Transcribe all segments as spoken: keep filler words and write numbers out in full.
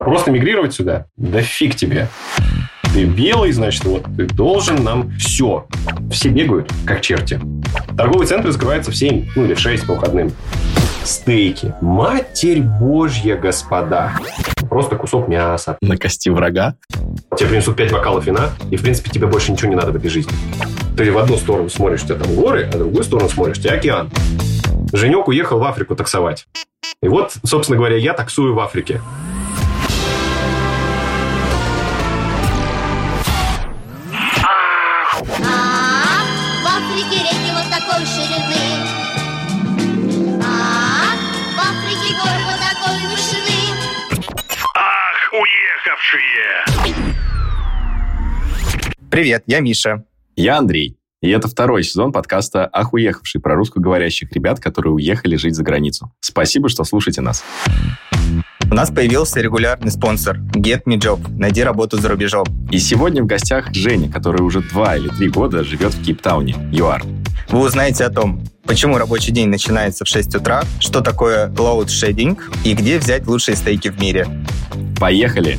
Просто мигрировать сюда? Да фиг тебе. Ты белый, значит, вот ты должен нам все. Все бегают, как черти. Торговые центры закрываются в семь, ну или в шесть по выходным. Стейки. Матерь Божья, господа. Просто кусок мяса. На кости врага. Тебе принесут пять бокалов вина, и, в принципе, тебе больше ничего не надо в этой жизни. Ты в одну сторону смотришь, у тебя там горы, а в другую сторону смотришь, у тебя океан. Женек уехал в Африку таксовать. И вот, собственно говоря, я таксую в Африке. Привет, я Миша. Я Андрей. И это второй сезон подкаста «Ах, уехавший» про русскоговорящих ребят, которые уехали жить за границу. Спасибо, что слушаете нас. У нас появился регулярный спонсор Get Me Job. Найди работу за рубежом. И сегодня в гостях Женя, который уже два или три года живет в Кейптауне, ЮАР. Вы узнаете о том, почему рабочий день начинается в шесть утра, что такое load shedding и где взять лучшие стейки в мире. Поехали!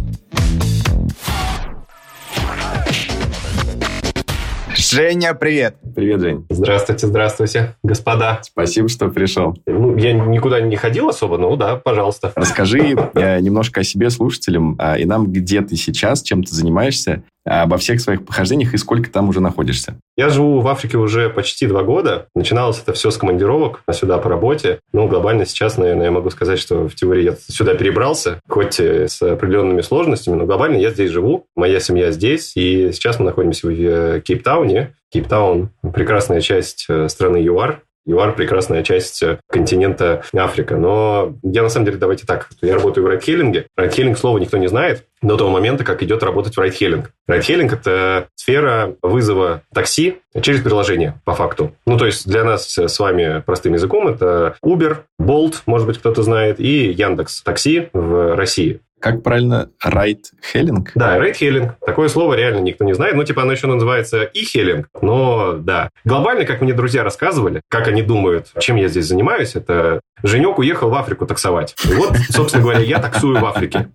Женя, привет! Привет, Жень. Здравствуйте, здравствуйте, господа. Спасибо, что пришел. Ну, я никуда не ходил особо, но да, пожалуйста. Расскажи э, немножко о себе слушателям э, и нам, где ты сейчас, чем ты занимаешься, обо всех своих похождениях и сколько там уже находишься. Я живу в Африке уже почти два года. Начиналось это все с командировок сюда по работе. Ну, глобально сейчас, наверное, я могу сказать, что в теории я сюда перебрался, хоть с определенными сложностями, но глобально я здесь живу, моя семья здесь, и сейчас мы находимся в Кейптауне. Кейптаун – прекрасная часть страны ЮАР. ЮАР – прекрасная часть континента Африка. Но я, на самом деле, давайте так. Я работаю в райд-хейлинге. Райд-хейлинг слова никто не знает до того момента, как идет работать в райд-хейлинг. Райд-хейлинг – это сфера вызова такси через приложение, по факту. Ну, то есть, для нас с вами простым языком это Uber, Bolt, может быть, кто-то знает, и Яндекс.Такси в России. Как правильно? Райд-хейлинг? Да, райд-хейлинг. Такое слово реально никто не знает. Ну, типа, оно еще называется и-хейлинг. Но, да. Глобально, как мне друзья рассказывали, как они думают, чем я здесь занимаюсь, это Женек уехал в Африку таксовать. И вот, собственно говоря, я таксую в Африке.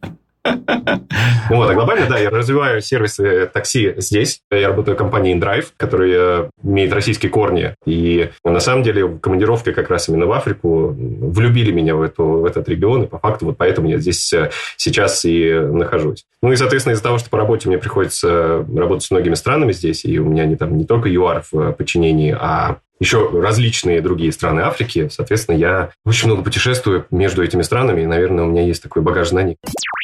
Вот, а глобально, да, я развиваю сервисы такси здесь. Я работаю в компании InDrive, которая имеет российские корни. И на самом деле командировки как раз именно в Африку влюбили меня в, эту, в этот регион. И по факту вот поэтому я здесь сейчас и нахожусь. Ну и, соответственно, из-за того, что по работе мне приходится работать с многими странами здесь, и у меня не, там, не только ЮАР в подчинении, а еще различные другие страны Африки, соответственно, я очень много путешествую между этими странами, и, наверное, у меня есть такой багаж знаний.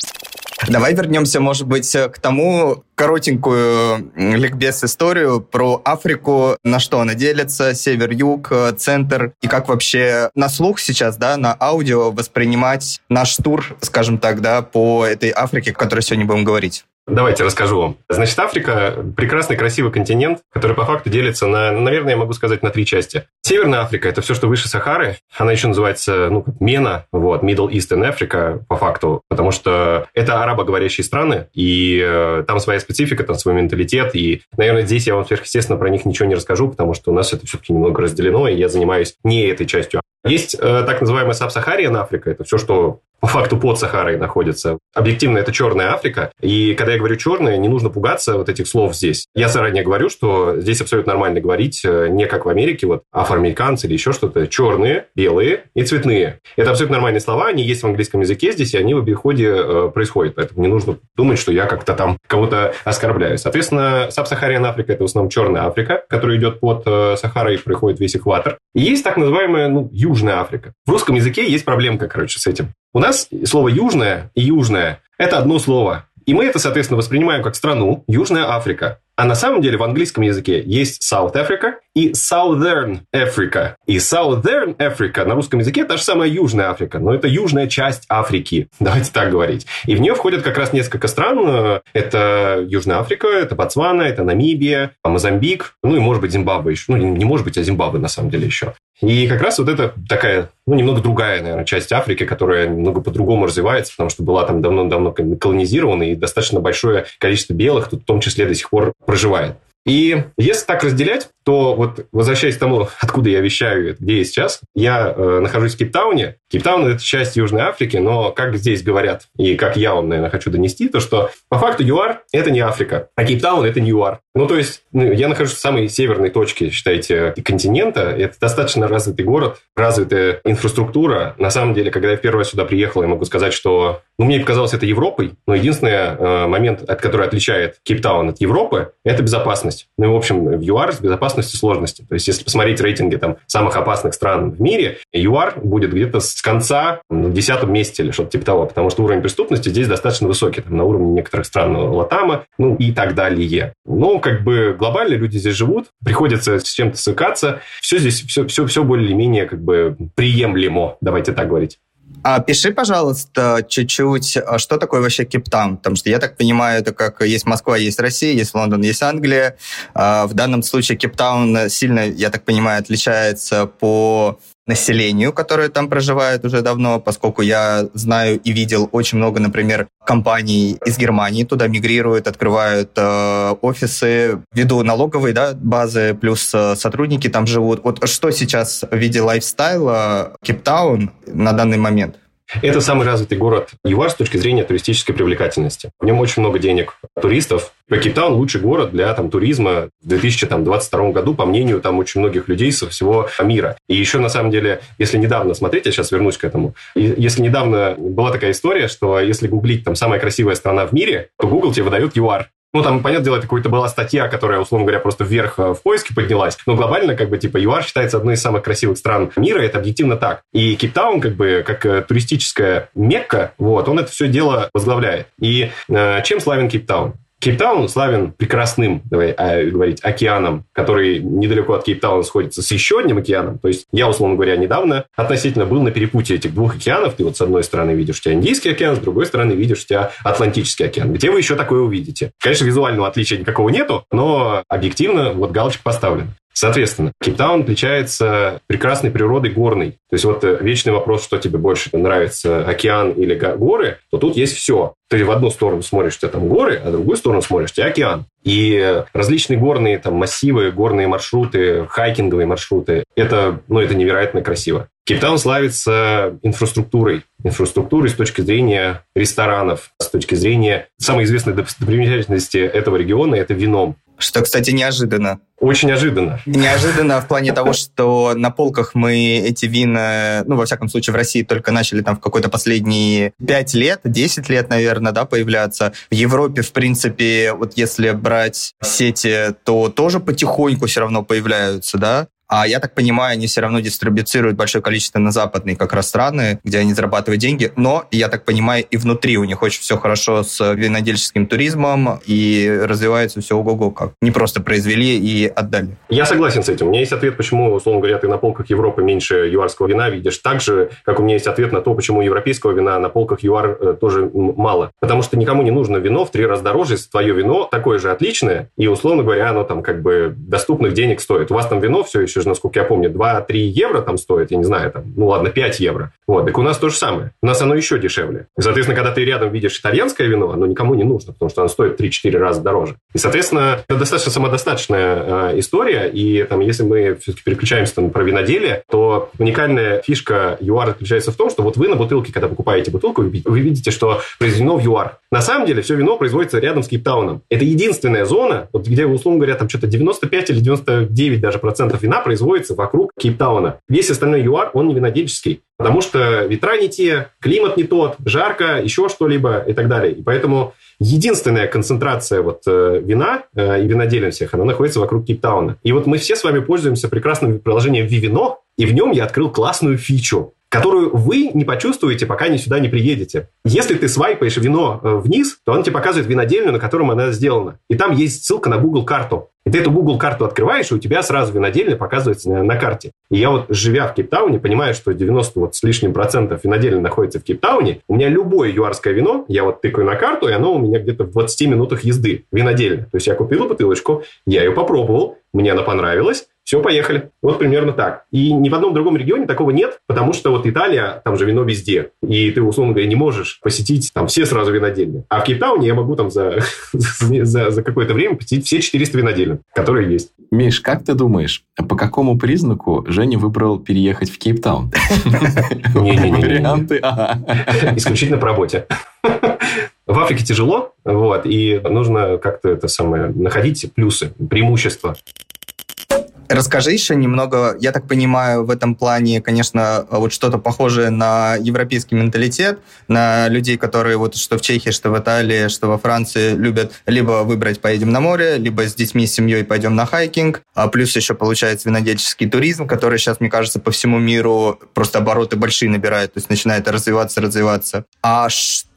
Давай вернемся, может быть, к тому коротенькую ликбез-историю про Африку, на что она делится, север-юг, центр, и как вообще на слух сейчас, да, на аудио воспринимать наш тур, скажем так, да, по этой Африке, о которой сегодня будем говорить. Давайте расскажу вам. Значит, Африка – прекрасный, красивый континент, который по факту делится на, наверное, я могу сказать, на три части. Северная Африка – это все, что выше Сахары. Она еще называется, ну, Мена, вот, Middle Eastern Africa, по факту, потому что это арабоговорящие страны, и э, там своя специфика, там свой менталитет, и, наверное, здесь я вам сверхъестественно про них ничего не расскажу, потому что у нас это все-таки немного разделено, и я занимаюсь не этой частью. Есть э, так называемая Саб-Сахариан Африка, это все, что по факту под Сахарой находится. Объективно, это черная Африка. И когда я говорю черная, не нужно пугаться вот этих слов здесь. Я заранее говорю, что здесь абсолютно нормально говорить, не как в Америке, вот афроамериканцы или еще что-то. Черные, белые и цветные. Это абсолютно нормальные слова, они есть в английском языке здесь, и они в обиходе э, происходят. Поэтому не нужно думать, что я как-то там кого-то оскорбляю. Соответственно, Саб-Сахариан Африка – это в основном черная Африка, которая идет под э, Сахарой и проходит весь экватор. И есть так называемая, ну, Южная Африка. В русском языке есть проблемка, короче, с этим. У нас слово «южное» и «южное» – это одно слово. И мы это, соответственно, воспринимаем как страну Южная Африка. А на самом деле в английском языке есть South Africa и Southern Africa. И Southern Africa на русском языке та же самая Южная Африка, но это южная часть Африки, давайте так говорить. И в нее входят как раз несколько стран. Это Южная Африка, это Ботсвана, это Намибия, Мозамбик, ну и, может быть, Зимбабве еще. Ну, не может быть, а Зимбабве на самом деле еще. И как раз вот это такая, ну, немного другая, наверное, часть Африки, которая немного по-другому развивается, потому что была там давно-давно колонизирована, и достаточно большое количество белых тут в том числе до сих пор проживает. И если так разделять, то вот возвращаясь к тому, откуда я вещаю, где я сейчас, я э, нахожусь в Кейптауне. Кейптаун – это часть Южной Африки, но как здесь говорят, и как я вам, наверное, хочу донести, то что по факту ЮАР – это не Африка, а Кейптаун – это не ЮАР. Ну, то есть, ну, я нахожусь в самой северной точке, считайте, континента. Это достаточно развитый город, развитая инфраструктура. На самом деле, когда я в первый раз сюда приехал, я могу сказать, что, ну, мне показалось это Европой, но единственный э, момент, от, который отличает Кейптаун от Европы, это безопасность. Ну, и, в общем, в ЮАР с безопасностью сложности. То есть, если посмотреть рейтинги там, самых опасных стран в мире, ЮАР будет где-то с конца в десятом месте или что-то типа того, потому что уровень преступности здесь достаточно высокий, там, на уровне некоторых стран Латама, ну, и так далее. Но, как бы, глобально люди здесь живут, приходится с чем-то свыкаться. Все здесь, все, все, все более-менее, как бы, приемлемо, давайте так говорить. А пиши, пожалуйста, чуть-чуть, что такое вообще Кейптаун, потому что я так понимаю, это как есть Москва, есть Россия, есть Лондон, есть Англия. В данном случае Кейптаун сильно, я так понимаю, отличается по населению, которое там проживает уже давно, поскольку я знаю и видел очень много, например, компаний из Германии туда мигрируют, открывают э, офисы, ввиду налоговой, да, базы, плюс э, сотрудники там живут. Вот что сейчас в виде лайфстайла Кейптаун на данный момент? Это самый развитый город ЮАР с точки зрения туристической привлекательности. В нем очень много денег туристов. Кейптаун – лучший город для там, туризма в две тысячи двадцать втором году, по мнению там, очень многих людей со всего мира. И еще, на самом деле, если недавно, смотрите, я сейчас вернусь к этому, если недавно была такая история, что если гуглить там, «самая красивая страна в мире», то Google тебе выдает ЮАР. Ну, там, понятное дело, это какая-то была статья, которая, условно говоря, просто вверх в поиске поднялась. Но глобально, как бы, типа, ЮАР считается одной из самых красивых стран мира, это объективно так. И Кейптаун, как бы, как туристическая Мекка, вот, он это все дело возглавляет. И э, чем славен Кейптаун? Кейптаун славен прекрасным, давай говорить, океаном, который недалеко от Кейптауна сходится с еще одним океаном. То есть я, условно говоря, недавно относительно был на перепутье этих двух океанов. Ты вот с одной стороны видишь у тебя Индийский океан, с другой стороны видишь у тебя Атлантический океан. Где вы еще такое увидите? Конечно, визуального отличия никакого нету, но объективно вот галочка поставлена. Соответственно, Кейптаун отличается прекрасной природой горной. То есть вот вечный вопрос, что тебе больше нравится, океан или горы, то тут есть все. Ты в одну сторону смотришь, у тебя там горы, а в другую сторону смотришь, у тебя океан. И различные горные там, массивы, горные маршруты, хайкинговые маршруты, это, ну, это невероятно красиво. Кейптаун славится инфраструктурой. Инфраструктурой с точки зрения ресторанов, с точки зрения самой известной достопримечательности этого региона – это вином. Что, кстати, неожиданно. Очень неожиданно. Неожиданно в плане того, что на полках мы эти вина, ну, во всяком случае, в России только начали там в какой-то последние пять лет, десять лет, наверное, да, появляться. В Европе, в принципе, вот если брать сети, то тоже потихоньку все равно появляются, да. А я так понимаю, они все равно дистрибуцируют большое количество на западные как раз страны, где они зарабатывают деньги. Но, я так понимаю, и внутри у них очень все хорошо с винодельческим туризмом, и развивается все ого-го как. Не просто произвели и отдали. Я согласен с этим. У меня есть ответ, почему, условно говоря, ты на полках Европы меньше юарского вина видишь. Так же, как у меня есть ответ на то, почему европейского вина на полках ЮАР тоже мало. Потому что никому не нужно вино в три раза дороже, если твое вино такое же отличное, и, условно говоря, оно там как бы доступных денег стоит. У вас там вино все еще, насколько я помню, два-три евро там стоит, я не знаю, там, ну ладно, пять евро. Вот, так у нас то же самое. У нас оно еще дешевле. И, соответственно, когда ты рядом видишь итальянское вино, оно никому не нужно, потому что оно стоит три-четыре раза дороже. И, соответственно, это достаточно самодостаточная э, история, и там, если мы все-таки переключаемся там, про виноделие, то уникальная фишка ЮАР заключается в том, что вот вы на бутылке, когда покупаете бутылку, вы видите, что произведено в ЮАР. На самом деле, все вино производится рядом с Кейптауном. Это единственная зона, вот, где, условно говоря, там что-то девяносто пять или девяносто девять даже процентов вина производится вокруг Кейптауна. Весь остальной ЮАР, он не винодельческий, потому что ветра не те, климат не тот, жарко, еще что-либо и так далее. И поэтому единственная концентрация вот, э, вина э, и виноделин всех, она находится вокруг Кейптауна. И вот мы все с вами пользуемся прекрасным приложением Vivino, и в нем я открыл классную фичу, которую вы не почувствуете, пока не сюда не приедете. Если ты свайпаешь вино вниз, то он тебе показывает винодельню, на котором она сделана. И там есть ссылка на Google карту. И ты эту Google карту открываешь, и у тебя сразу винодельня показывается на, на карте. И я вот, живя в Кейптауне, понимаю, что девяносто вот с лишним процентов винодельни находится в Кейптауне. У меня любое юарское вино, я вот тыкаю на карту, и оно у меня где-то в двадцати минутах езды винодельня. То есть я купил бутылочку, я ее попробовал, мне она понравилась. Все, поехали. Вот примерно так. И ни в одном другом регионе такого нет, потому что вот Италия, там же вино везде. И ты, условно говоря, не можешь посетить там все сразу винодельни. А в Кейптауне я могу там за, за, за какое-то время посетить все четыреста винодельни, которые есть. Миш, как ты думаешь, по какому признаку Женя выбрал переехать в Кейптаун? Варианты. Исключительно по работе. В Африке тяжело, вот, и нужно как-то это самое находить плюсы, преимущества. Расскажи еще немного, я так понимаю, в этом плане, конечно, вот что-то похожее на европейский менталитет, на людей, которые вот что в Чехии, что в Италии, что во Франции любят либо выбрать поедем на море, либо с детьми, с семьей пойдем на хайкинг, а плюс еще получается винодельческий туризм, который сейчас, мне кажется, по всему миру просто обороты большие набирает, то есть начинает развиваться, развиваться. А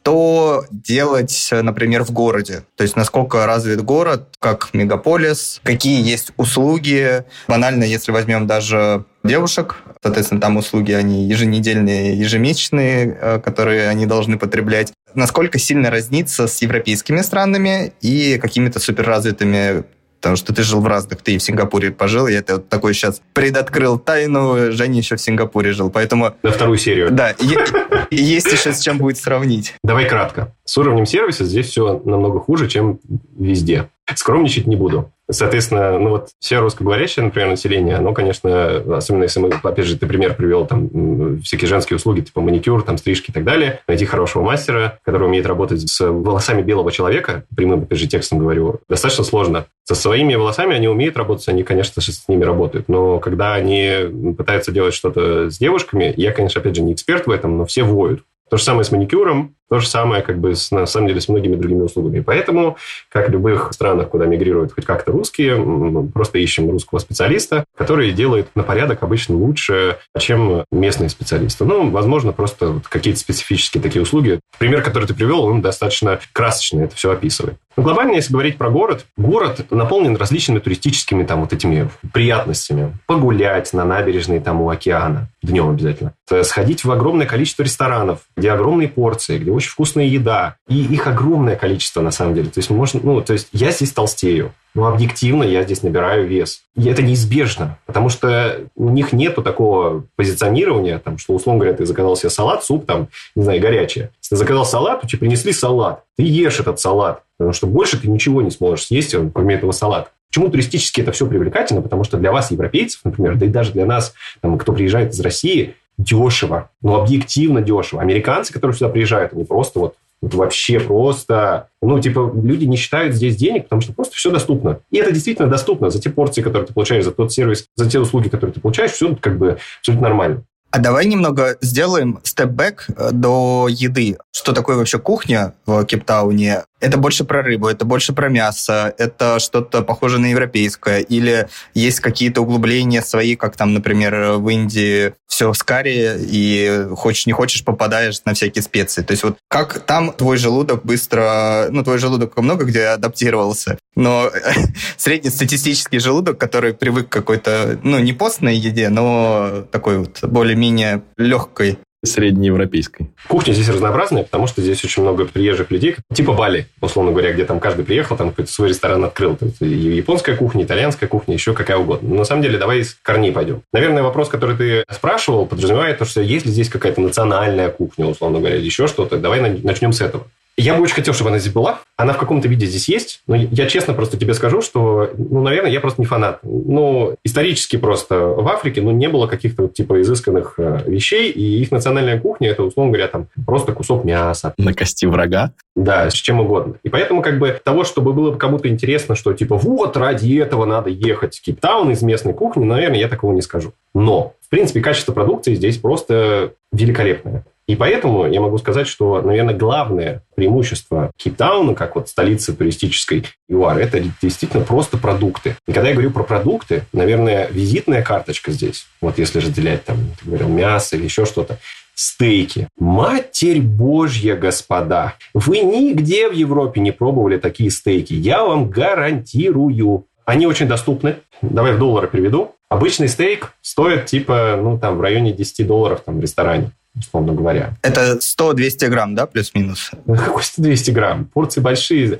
что делать, например, в городе? То есть насколько развит город, как мегаполис, какие есть услуги? Банально, если возьмем даже девушек, соответственно, там услуги, они еженедельные, ежемесячные, которые они должны потреблять. Насколько сильно разнится с европейскими странами и какими-то суперразвитыми? Потому что ты жил в разных, ты и в Сингапуре пожил, я это вот такой сейчас предоткрыл тайну, Женя еще в Сингапуре жил, поэтому... На вторую серию. Да, есть еще с чем будет сравнить. Давай кратко. С уровнем сервиса здесь все намного хуже, чем везде. Скромничать не буду. Соответственно, ну вот все русскоговорящее, например, население, оно, конечно, особенно если мы, опять же, ты пример привел, там, всякие женские услуги, типа маникюр, там, стрижки и так далее, найти хорошего мастера, который умеет работать с волосами белого человека, прямым, опять же, текстом говорю, достаточно сложно. Со своими волосами они умеют работать, они, конечно, с ними работают, но когда они пытаются делать что-то с девушками, я, конечно, опять же, не эксперт в этом, но все воют. То же самое с маникюром, то же самое, как бы, с, на самом деле, с многими другими услугами. Поэтому, как в любых странах, куда мигрируют хоть как-то русские, мы просто ищем русского специалиста, который делает на порядок обычно лучше, чем местные специалисты. Ну, возможно, просто вот какие-то специфические такие услуги. Пример, который ты привел, он достаточно красочно это все описывает. Но глобально, если говорить про город, город наполнен различными туристическими там вот этими приятностями. Погулять на набережной там у океана, днем обязательно. Сходить в огромное количество ресторанов, где огромные порции, где очень вкусная еда. И их огромное количество, на самом деле. То есть, можно, ну, то есть я здесь толстею. Но объективно я здесь набираю вес. И это неизбежно, потому что у них нету такого позиционирования, там, что, условно говоря, ты заказал себе салат, суп, там, не знаю, горячее. Если ты заказал салат, то тебе принесли салат. Ты ешь этот салат, потому что больше ты ничего не сможешь съесть, кроме этого салата. Почему туристически это все привлекательно? Потому что для вас, европейцев, например, да и даже для нас, там, кто приезжает из России, дешево. Ну, объективно дешево. Американцы, которые сюда приезжают, они просто вот Вот вообще просто... Ну, типа, люди не считают здесь денег, потому что просто все доступно. И это действительно доступно. За те порции, которые ты получаешь, за тот сервис, за те услуги, которые ты получаешь, все как бы абсолютно нормально. А давай немного сделаем степ-бэк до еды. Что такое вообще кухня в Кейптауне? Это больше про рыбу, это больше про мясо, это что-то похоже на европейское, или есть какие-то углубления свои, как там, например, в Индии все в карри, и хочешь не хочешь, попадаешь на всякие специи. То есть вот как там твой желудок быстро... Ну, твой желудок много где адаптировался, но среднестатистический желудок, который привык к какой-то, ну, не постной еде, но такой вот более-менее легкой, среднеевропейской. Кухня здесь разнообразная, потому что здесь очень много приезжих людей, типа Бали, условно говоря, где там каждый приехал, там какой-то свой ресторан открыл. То есть японская кухня, итальянская кухня, еще какая угодно. Но на самом деле давай из корней пойдем. Наверное, вопрос, который ты спрашивал, подразумевает то, что есть ли здесь какая-то национальная кухня, условно говоря, или еще что-то. Давай начнем с этого. Я бы очень хотел, чтобы она здесь была. Она в каком-то виде здесь есть. Но я честно просто тебе скажу, что, ну, наверное, я просто не фанат. Ну, исторически просто в Африке, ну, не было каких-то вот, типа изысканных э, вещей, и их национальная кухня, это, условно говоря, там просто кусок мяса. На кости врага. Да, с чем угодно. И поэтому как бы того, чтобы было кому-то интересно, что типа вот ради этого надо ехать в Кейптаун из местной кухни, наверное, я такого не скажу. Но, в принципе, качество продукции здесь просто великолепное. И поэтому я могу сказать, что, наверное, главное преимущество Кейптауна, как вот столицы туристической ЮАР, это действительно просто продукты. И когда я говорю про продукты, наверное, визитная карточка здесь, вот если разделять там, ты говорил, мясо или еще что-то, стейки. Матерь Божья, господа! Вы нигде в Европе не пробовали такие стейки. Я вам гарантирую. Они очень доступны. Давай в доллары переведу. Обычный стейк стоит типа, ну, там, в районе десять долларов там, в ресторане, условно говоря. Это сто-двести грамм, да, плюс-минус? Какой сто-двести грамм? Порции большие.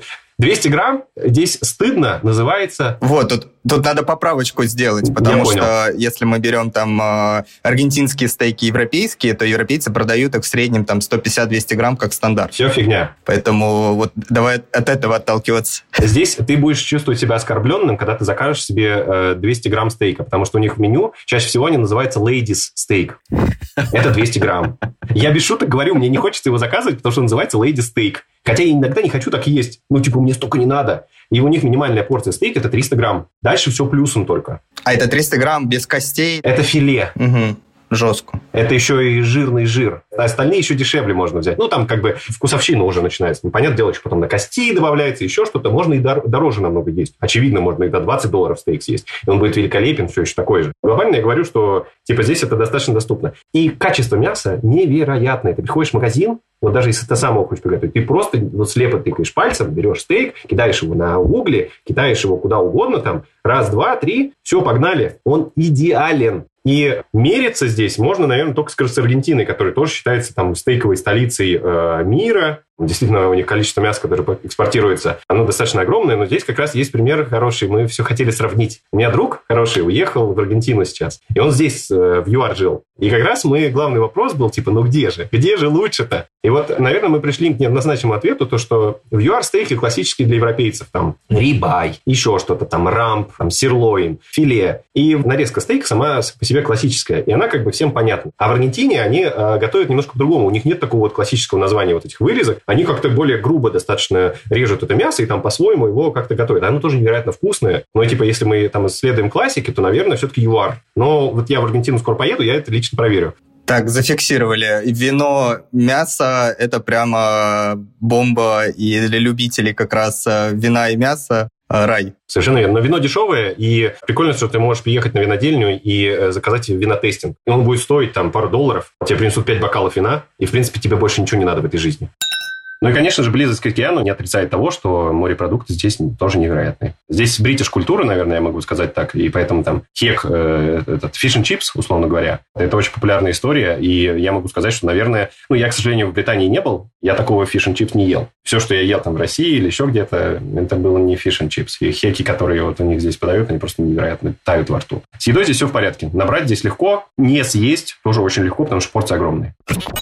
двести грамм здесь стыдно называется... Вот, тут, тут надо поправочку сделать, потому что если мы берем там э, аргентинские стейки европейские, то европейцы продают их в среднем там сто пятьдесят - двести грамм как стандарт. Все фигня. Поэтому вот давай от этого отталкиваться. Здесь ты будешь чувствовать себя оскорбленным, когда ты закажешь себе э, двести грамм стейка, потому что у них в меню чаще всего они называются ladies steak. Это двести грамм. Я без шуток говорю, мне не хочется его заказывать, потому что он называется ladies steak. Хотя я иногда не хочу так есть. Ну, типа, мне столько не надо. И у них минимальная порция стейка – это триста грамм. Дальше все плюсом только. А это триста грамм без костей? Это филе. Угу. Жестко. Это еще и жирный жир. А остальные еще дешевле можно взять. Ну, там как бы вкусовщина уже начинается. Ну, понятное дело, что потом на кости добавляется, еще что-то. Можно и дор- дороже намного есть. Очевидно, можно и до двадцать долларов стейк съесть. И он будет великолепен, все еще такой же. Глобально я говорю, что типа здесь это достаточно доступно. И качество мяса невероятное. Ты приходишь в магазин, вот даже если ты сам его хочешь приготовить, ты просто вот слепо тыкаешь пальцем, берешь стейк, кидаешь его на угли, кидаешь его куда угодно, там, раз, два, три, все, погнали. Он идеален. И мериться здесь можно, наверное, только с Аргентиной, которая тоже считается там стейковой столицей э, мира. Действительно, у них количество мяса, которое экспортируется, оно достаточно огромное, но здесь как раз есть пример хороший. Мы все хотели сравнить. У меня друг хороший уехал в Аргентину сейчас, и он здесь, э, в ЮАР, жил. И как раз мы, главный вопрос был, типа, ну где же? Где же лучше-то? И вот, наверное, мы пришли к неоднозначному ответу, то, что в ЮАР стейки классические для европейцев. Там рибай, еще что-то, там рамп, там сирлоин, филе. И нарезка стейка сама по себе классическая. И она как бы всем понятна. А в Аргентине они э, готовят немножко по-другому. У них нет такого вот классического названия вот этих вырезок. Они как-то более грубо достаточно режут это мясо и там по-своему его как-то готовят. Оно тоже невероятно вкусное. Но типа если мы там исследуем классики, то, наверное, все-таки ЮАР. Но вот я в Аргентину скоро поеду, я это лично проверю. Так, зафиксировали. Вино, мясо – это прямо бомба. И для любителей как раз вина и мяса – рай. Совершенно верно. Но вино дешевое, и прикольно, что ты можешь приехать на винодельню и заказать винотестинг. И он будет стоить там пару долларов. Тебе принесут пять бокалов вина, и, в принципе, тебе больше ничего не надо в этой жизни. Ну и, конечно же, близость к океану не отрицает того, что морепродукты здесь тоже невероятные. Здесь бритиш-культура, наверное, я могу сказать так, и поэтому там хек, э, этот fish and chips, условно говоря, это очень популярная история, и я могу сказать, что, наверное, ну, я, к сожалению, в Британии не был, я такого fish and chips не ел. Все, что я ел там в России или еще где-то, это было не fish and chips. И хеки, которые вот у них здесь подают, они просто невероятно тают во рту. С едой здесь все в порядке. Набрать здесь легко, не съесть тоже очень легко, потому что порции огромные.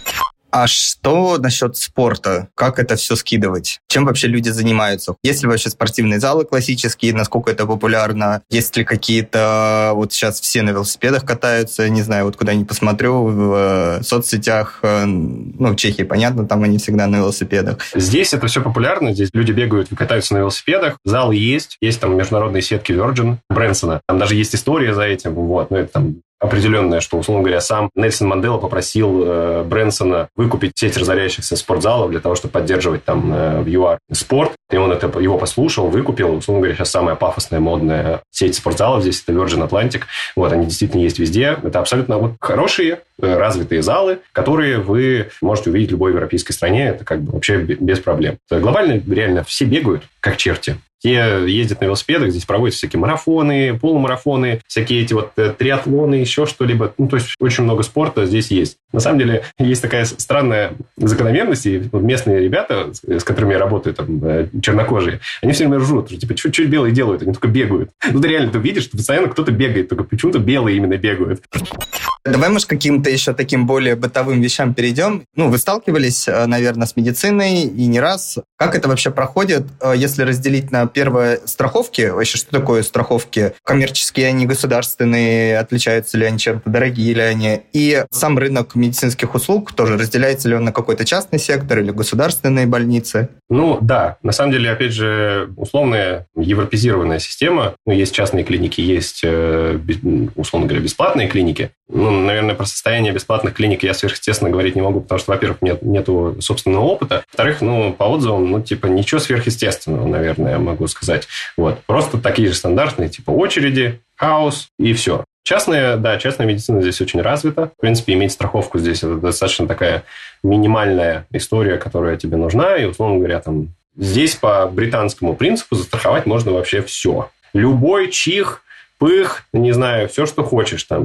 А что насчет спорта? Как это все скидывать? Чем вообще люди занимаются? Есть ли вообще спортивные залы классические? Насколько это популярно? Есть ли какие-то... Вот сейчас все на велосипедах катаются, не знаю, вот куда ни посмотрю, в соцсетях. Ну, в Чехии, понятно, там они всегда на велосипедах. Здесь это все популярно. Здесь люди бегают и катаются на велосипедах. Залы есть. Есть там международные сетки Virgin, Брэнсона. Там даже есть история за этим. Вот. Ну, это там... определенное, что, условно говоря, сам Нельсон Мандела попросил э, Брэнсона выкупить сеть разоряющихся спортзалов для того, чтобы поддерживать там э, в ЮАР спорт. И он это, его послушал, выкупил. Условно говоря, сейчас самая пафосная, модная сеть спортзалов здесь – это Virgin Atlantic. Вот, они действительно есть везде. Это абсолютно вот хорошие, э, развитые залы, которые вы можете увидеть в любой европейской стране. Это как бы вообще без проблем. Глобально реально все бегают, как черти. Те ездят на велосипедах, здесь проводят всякие марафоны, полумарафоны, всякие эти вот триатлоны, еще что-либо. Ну, то есть, очень много спорта здесь есть. На самом деле, есть такая странная закономерность, и вот местные ребята, с которыми я работаю, там, чернокожие, они все время ржут, что, типа, что белые делают? Они только бегают. Ну, ты реально ты видишь, что постоянно кто-то бегает, только почему-то белые именно бегают. Давай, может, к каким-то еще таким более бытовым вещам перейдем. Ну, вы сталкивались, наверное, с медициной и не раз. Как это вообще проходит, если разделить на первые страховки? Вообще, что такое страховки? Коммерческие они, государственные, отличаются ли они чем-то, дорогие ли они? И сам рынок медицинских услуг тоже разделяется ли он на какой-то частный сектор или государственные больницы? Ну, да. На самом деле, опять же, условная европеизированная система. Ну, есть частные клиники, есть, условно говоря, бесплатные клиники. Ну, наверное, про состояние бесплатных клиник я сверхъестественно говорить не могу, потому что, во-первых, нет, нету собственного опыта. Во-вторых, ну, по отзывам, ну, типа, ничего сверхъестественного, наверное, я могу сказать. Вот. Просто такие же стандартные, типа, очереди, хаос и все. Частная, да, частная медицина здесь очень развита. В принципе, иметь страховку здесь – это достаточно такая минимальная история, которая тебе нужна. И, условно говоря, там, здесь по британскому принципу застраховать можно вообще все. Любой чих, пых, не знаю, все, что хочешь. Там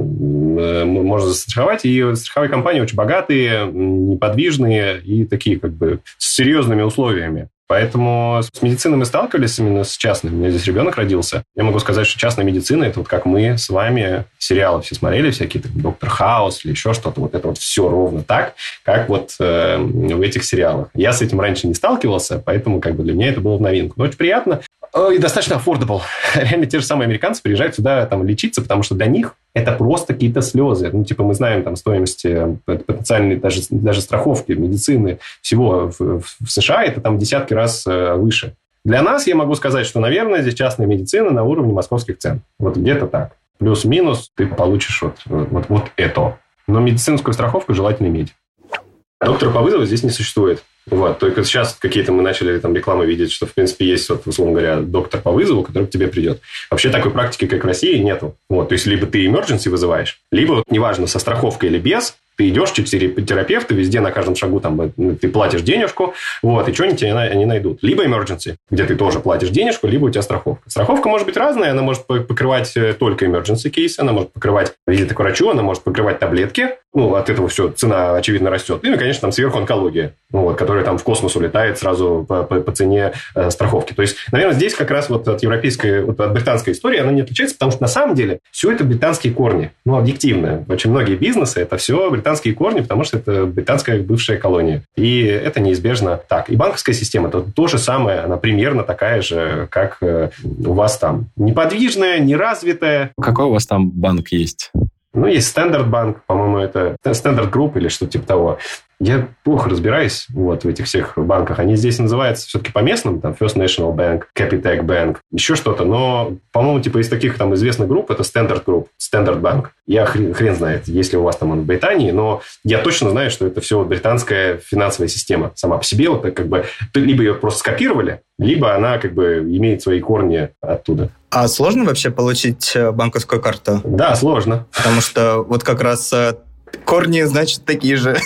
можно застраховать. И страховые компании очень богатые, неподвижные и такие как бы с серьезными условиями. Поэтому с медициной мы сталкивались именно с частной. У меня здесь ребенок родился. Я могу сказать, что частная медицина – это вот как мы с вами сериалы все смотрели, всякие там «Доктор Хаус» или еще что-то. Вот это вот все ровно так, как вот э, в этих сериалах. Я с этим раньше не сталкивался, поэтому как бы для меня это было в новинку. Но очень приятно и достаточно affordable. Реально те же самые американцы приезжают сюда там лечиться, потому что для них это просто какие-то слезы. Ну, типа, мы знаем там стоимость потенциальной даже, даже страховки, медицины, всего в, в США, это там десятки раз выше. Для нас, я могу сказать, что, наверное, здесь частная медицина на уровне московских цен. Вот где-то так. Плюс-минус ты получишь вот, вот, вот это. Но медицинскую страховку желательно иметь. Доктора по вызову здесь не существует. Вот. Только сейчас какие-то мы начали там рекламы видеть, что, в принципе, есть, вот, условно говоря, доктор по вызову, который к тебе придет. Вообще такой практики, как в России, нету. Вот. То есть, либо ты emergency вызываешь, либо, вот, неважно, со страховкой или без, ты идешь к терапевту, везде на каждом шагу там, ты платишь денежку, вот, и что-нибудь они найдут. Либо emergency, где ты тоже платишь денежку, либо у тебя страховка. Страховка может быть разная, она может покрывать только emergency кейс, она может покрывать визиты к врачу, она может покрывать таблетки, ну, от этого все цена, очевидно, растет. Ну, и, конечно, там сверху онкология, ну, вот, которая там в космос улетает сразу по, по, по цене э, страховки. То есть, наверное, здесь как раз вот от европейской, вот от британской истории она не отличается, потому что на самом деле все это британские корни. Ну, объективно. Очень многие бизнесы – это все британские корни, потому что это британская бывшая колония. И это неизбежно так. И банковская система – это то же самое, она примерно такая же, как э, у вас там. Неподвижная, неразвитая. Какой у вас там банк есть? Ну, есть Standard Bank, по-моему, это Standard Group или что-то типа того. Я плохо разбираюсь вот, в этих всех банках. Они здесь называются все-таки по местным, там First National Bank, Capitec Bank, еще что-то. Но, по-моему, типа из таких там известных групп это Standard Group, Standard Bank. Я хрен, хрен знает, есть ли у вас там он в Британии, но я точно знаю, что это все британская финансовая система сама по себе. Вот как бы либо ее просто скопировали, либо она как бы имеет свои корни оттуда. А сложно вообще получить банковскую карту? Да, сложно. Потому что вот как раз корни, значит, такие же.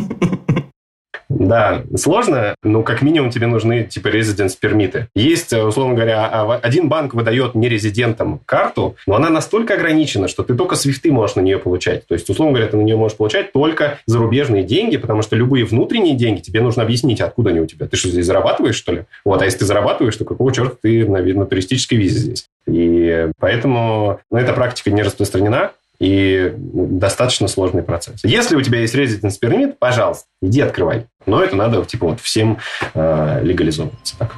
Да, сложно, но как минимум тебе нужны типа резиденс-пермиты. Есть, условно говоря, один банк выдает нерезидентам карту, но она настолько ограничена, что ты только свифты можешь на нее получать. То есть, условно говоря, ты на нее можешь получать только зарубежные деньги, потому что любые внутренние деньги тебе нужно объяснить, откуда они у тебя. Ты что, здесь зарабатываешь, что ли? Вот, а если ты зарабатываешь, то какого черта ты на, на туристической визе здесь? И поэтому ну, эта практика не распространена. И достаточно сложный процесс. Если у тебя есть residence permit, пожалуйста, иди открывай. Но это надо типа вот всем э, легализовываться. Так.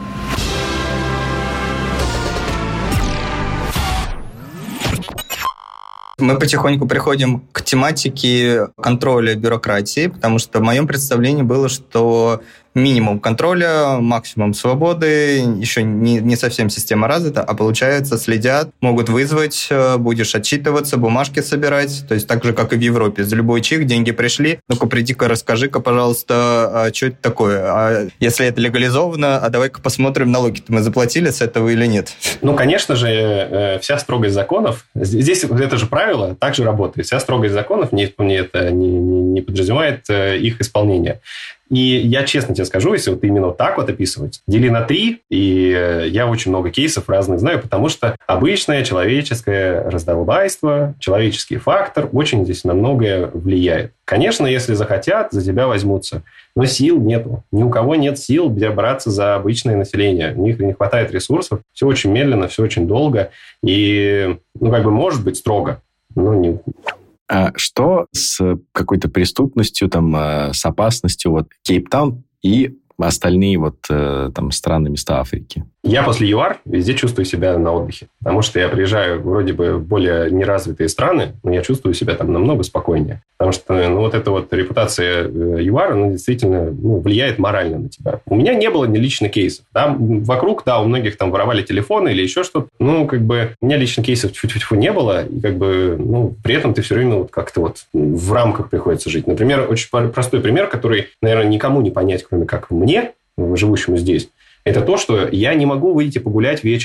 Мы потихоньку приходим к тематике контроля бюрократии, потому что в моем представлении было, что минимум контроля, максимум свободы, еще не, не совсем система развита, а получается следят, могут вызвать, будешь отчитываться, бумажки собирать, то есть так же, как и в Европе. За любой чих деньги пришли, ну-ка приди-ка, расскажи-ка, пожалуйста, а что это такое? А если это легализовано, а давай-ка посмотрим, налоги-то мы заплатили с этого или нет? Ну, конечно же, вся строгость законов, здесь это же правило так же работает, вся строгость законов не, не, это не, не подразумевает их исполнение. И я честно тебе скажу, если вот именно так вот описывать, дели на три, и я очень много кейсов разных знаю, потому что обычное человеческое раздолбайство, человеческий фактор очень здесь на многое влияет. Конечно, если захотят, за тебя возьмутся, но сил нету. Ни у кого нет сил браться за обычное население. У них не хватает ресурсов, все очень медленно, все очень долго, и, ну, как бы, может быть строго, но не... А что с какой-то преступностью, там, с опасностью, вот, Кейптаун и остальные вот там страны, места Африки? Я после ЮАР везде чувствую себя на отдыхе, потому что я приезжаю вроде бы в более неразвитые страны, но я чувствую себя там намного спокойнее. Потому что ну, вот эта вот репутация ЮАР, она действительно ну, влияет морально на тебя. У меня не было ни лично кейсов. Да? Вокруг, да, у многих там воровали телефоны или еще что-то. Ну, как бы, у меня лично кейсов тьфу-тьфу-тьфу не было. И как бы, ну, при этом ты все время вот как-то вот в рамках приходится жить. Например, очень простой пример, который, наверное, никому не понять, кроме как мне, живущему здесь. Это то, что я не могу выйти погулять вечером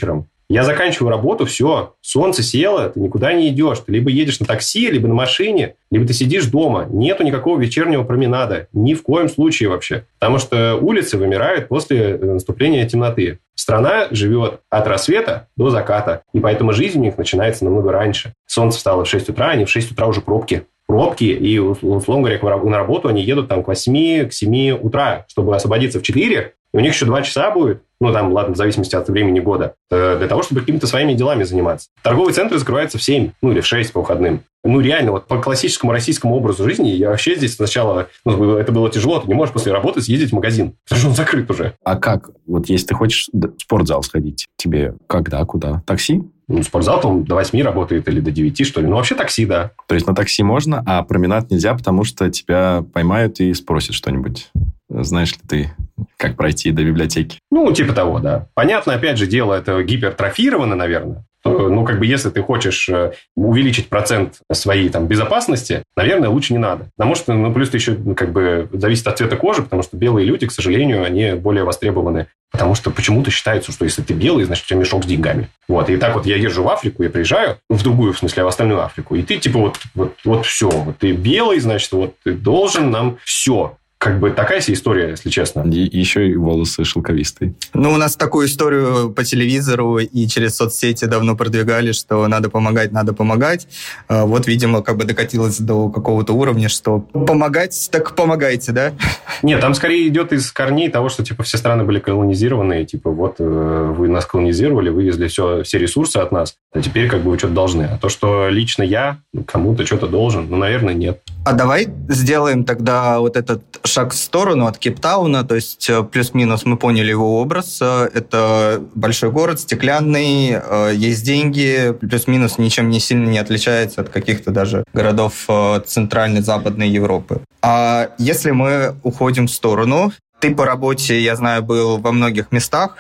Я заканчиваю работу, все, солнце село, ты никуда не идешь. Ты либо едешь на такси, либо на машине, либо ты сидишь дома. Нету никакого вечернего променада. Ни в коем случае вообще. Потому что улицы вымирают после наступления темноты. Страна живет от рассвета до заката. И поэтому жизнь у них начинается намного раньше. Солнце встало в шесть утра, они в шесть утра уже пробки. Пробки, и, условно говоря, на работу они едут там к восьми, к семи утра, чтобы освободиться в четыре. И у них еще два часа будет, ну, там, ладно, в зависимости от времени года, для того, чтобы какими-то своими делами заниматься. Торговые центры закрываются в семь, ну, или в шесть по выходным. Ну, реально, вот по классическому российскому образу жизни я вообще здесь сначала... Ну, это было тяжело, ты не можешь после работы съездить в магазин, потому что он закрыт уже. А как? Вот если ты хочешь в спортзал сходить, тебе когда, куда? Такси? Ну, спортзал там до восьми работает или до девяти, что ли. Ну, вообще такси, да. То есть на такси можно, а променад нельзя, потому что тебя поймают и спросят что-нибудь. Знаешь ли ты, как пройти до библиотеки? Ну, типа того, да. Понятно, опять же, дело это гипертрофировано, наверное. Ну, как бы, если ты хочешь увеличить процент своей там безопасности, наверное, лучше не надо. Потому что, ну, плюс ты еще, как бы, зависит от цвета кожи, потому что белые люди, к сожалению, они более востребованы. Потому что почему-то считается, что если ты белый, значит, у тебя мешок с деньгами. Вот. И так вот я езжу в Африку, я приезжаю, в другую, в смысле, в остальную Африку, и ты, типа, вот, вот, вот все. Вот ты белый, значит, вот ты должен нам все. Как бы такая себе история, если честно. И еще и волосы шелковистые. Ну, у нас такую историю по телевизору и через соцсети давно продвигали, что надо помогать, надо помогать. Вот, видимо, как бы докатилось до какого-то уровня, что помогать, так помогайте, да? Нет, там скорее идет из корней того, что, типа, все страны были колонизированы, типа, вот, вы нас колонизировали, вывезли все, все ресурсы от нас, а теперь, как бы, вы что-то должны. А то, что лично я кому-то что-то должен, ну, наверное, нет. А давай сделаем тогда вот этот шаг в сторону от Кейптауна, то есть плюс-минус мы поняли его образ. Это большой город, стеклянный, есть деньги, плюс-минус ничем не сильно не отличается от каких-то даже городов Центральной, Западной Европы. А если мы уходим в сторону, ты по работе, я знаю, был во многих местах.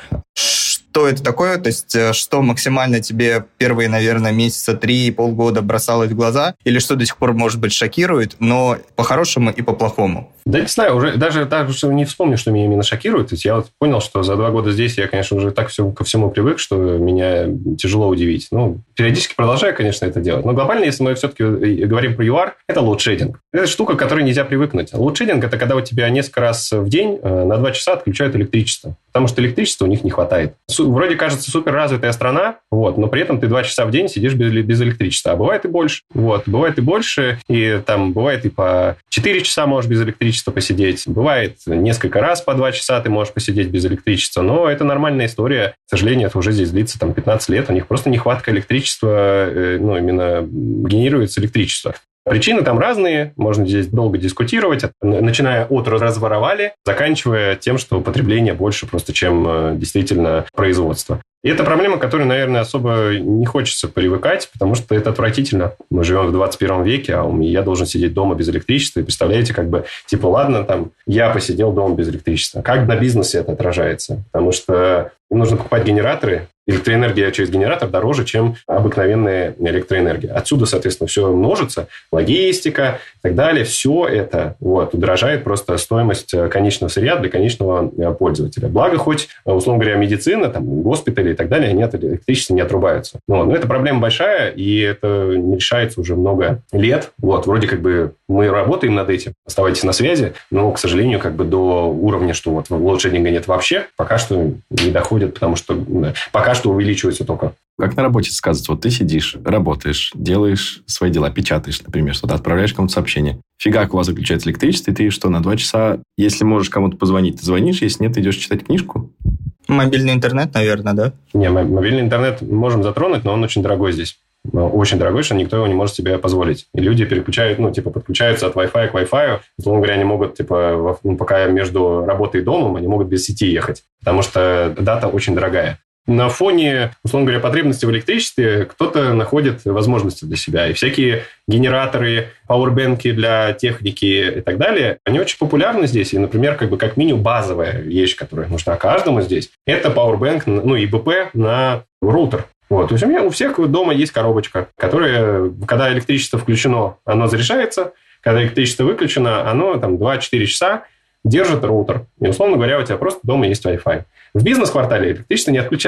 Что это такое? То есть, что максимально тебе первые, наверное, месяца три, полгода бросалось в глаза? Или что до сих пор, может быть, шокирует, но по-хорошему и по-плохому? Да не знаю, уже даже так не вспомню, что меня именно шокирует. То есть я вот понял, что за два года здесь я, конечно, уже так все, ко всему привык, что меня тяжело удивить. Ну, периодически продолжаю, конечно, это делать. Но глобально, если мы все-таки говорим про ю ар, это лоудшединг. Это штука, к которой нельзя привыкнуть. Лоудшединг – это когда у тебя несколько раз в день на два часа отключают электричество. Потому что электричества у них не хватает. Вроде кажется суперразвитая страна, вот, но при этом ты два часа в день сидишь без, без электричества. А бывает и больше. Вот, бывает и больше. И там бывает и по четыре часа можешь без электричества посидеть. Бывает несколько раз по два часа ты можешь посидеть без электричества. Но это нормальная история. К сожалению, это уже здесь длится там пятнадцать лет. У них просто нехватка электричества, ну, именно генерируется электричество. Причины там разные, можно здесь долго дискутировать, начиная от разворовали, заканчивая тем, что потребление больше просто, чем действительно производство. И это проблема, к которой, наверное, особо не хочется привыкать, потому что это отвратительно. Мы живем в двадцать первом веке, а я должен сидеть дома без электричества. И представляете, как бы, типа, ладно, там, я посидел дома без электричества. Как на бизнесе это отражается? Потому что им нужно покупать генераторы. Электроэнергия через генератор дороже, чем обыкновенная электроэнергия. Отсюда, соответственно, все множится. Логистика и так далее. Все это вот, удорожает просто стоимость конечного сырья для конечного пользователя. Благо, хоть, условно говоря, медицина, там, госпитали и так далее, они от электричества не отрубаются. Но, но это проблема большая, и это не решается уже много лет. Вот, вроде как бы мы работаем над этим. Оставайтесь на связи. Но, к сожалению, как бы до уровня, что вот лоудшеддинга нет вообще, пока что не доходит, потому что да, пока что увеличивается только. Как на работе сказывается? Вот ты сидишь, работаешь, делаешь свои дела, печатаешь, например, что-то, отправляешь кому-то сообщение. Фигак, у вас заключается электричество, и ты что, на два часа, если можешь кому-то позвонить, ты звонишь, если нет, ты идешь читать книжку? Мобильный интернет, наверное, да? Не, мобильный интернет можем затронуть, но он очень дорогой здесь. Очень дорогой, что никто его не может себе позволить. И люди переключают, ну, типа, подключаются от Wi-Fi к Wi-Fi. Условно говоря, они могут, типа, ну, пока между работой и домом, они могут без сети ехать, потому что дата очень дорогая. На фоне, условно говоря, потребности в электричестве кто-то находит возможности для себя. И всякие генераторы, пауэрбэнки для техники и так далее, они очень популярны здесь. И, например, как бы как минимум базовая вещь, которая нужна каждому здесь, это пауэрбэнк, ну, и бэ пэ на роутер. Вот. То есть у меня у всех дома есть коробочка, которая, когда электричество включено, оно заряжается. Когда электричество выключено, оно там два-четыре часа держит роутер. И, условно говоря, у тебя просто дома есть Wi-Fi. В бизнес-квартале электричество не отключают.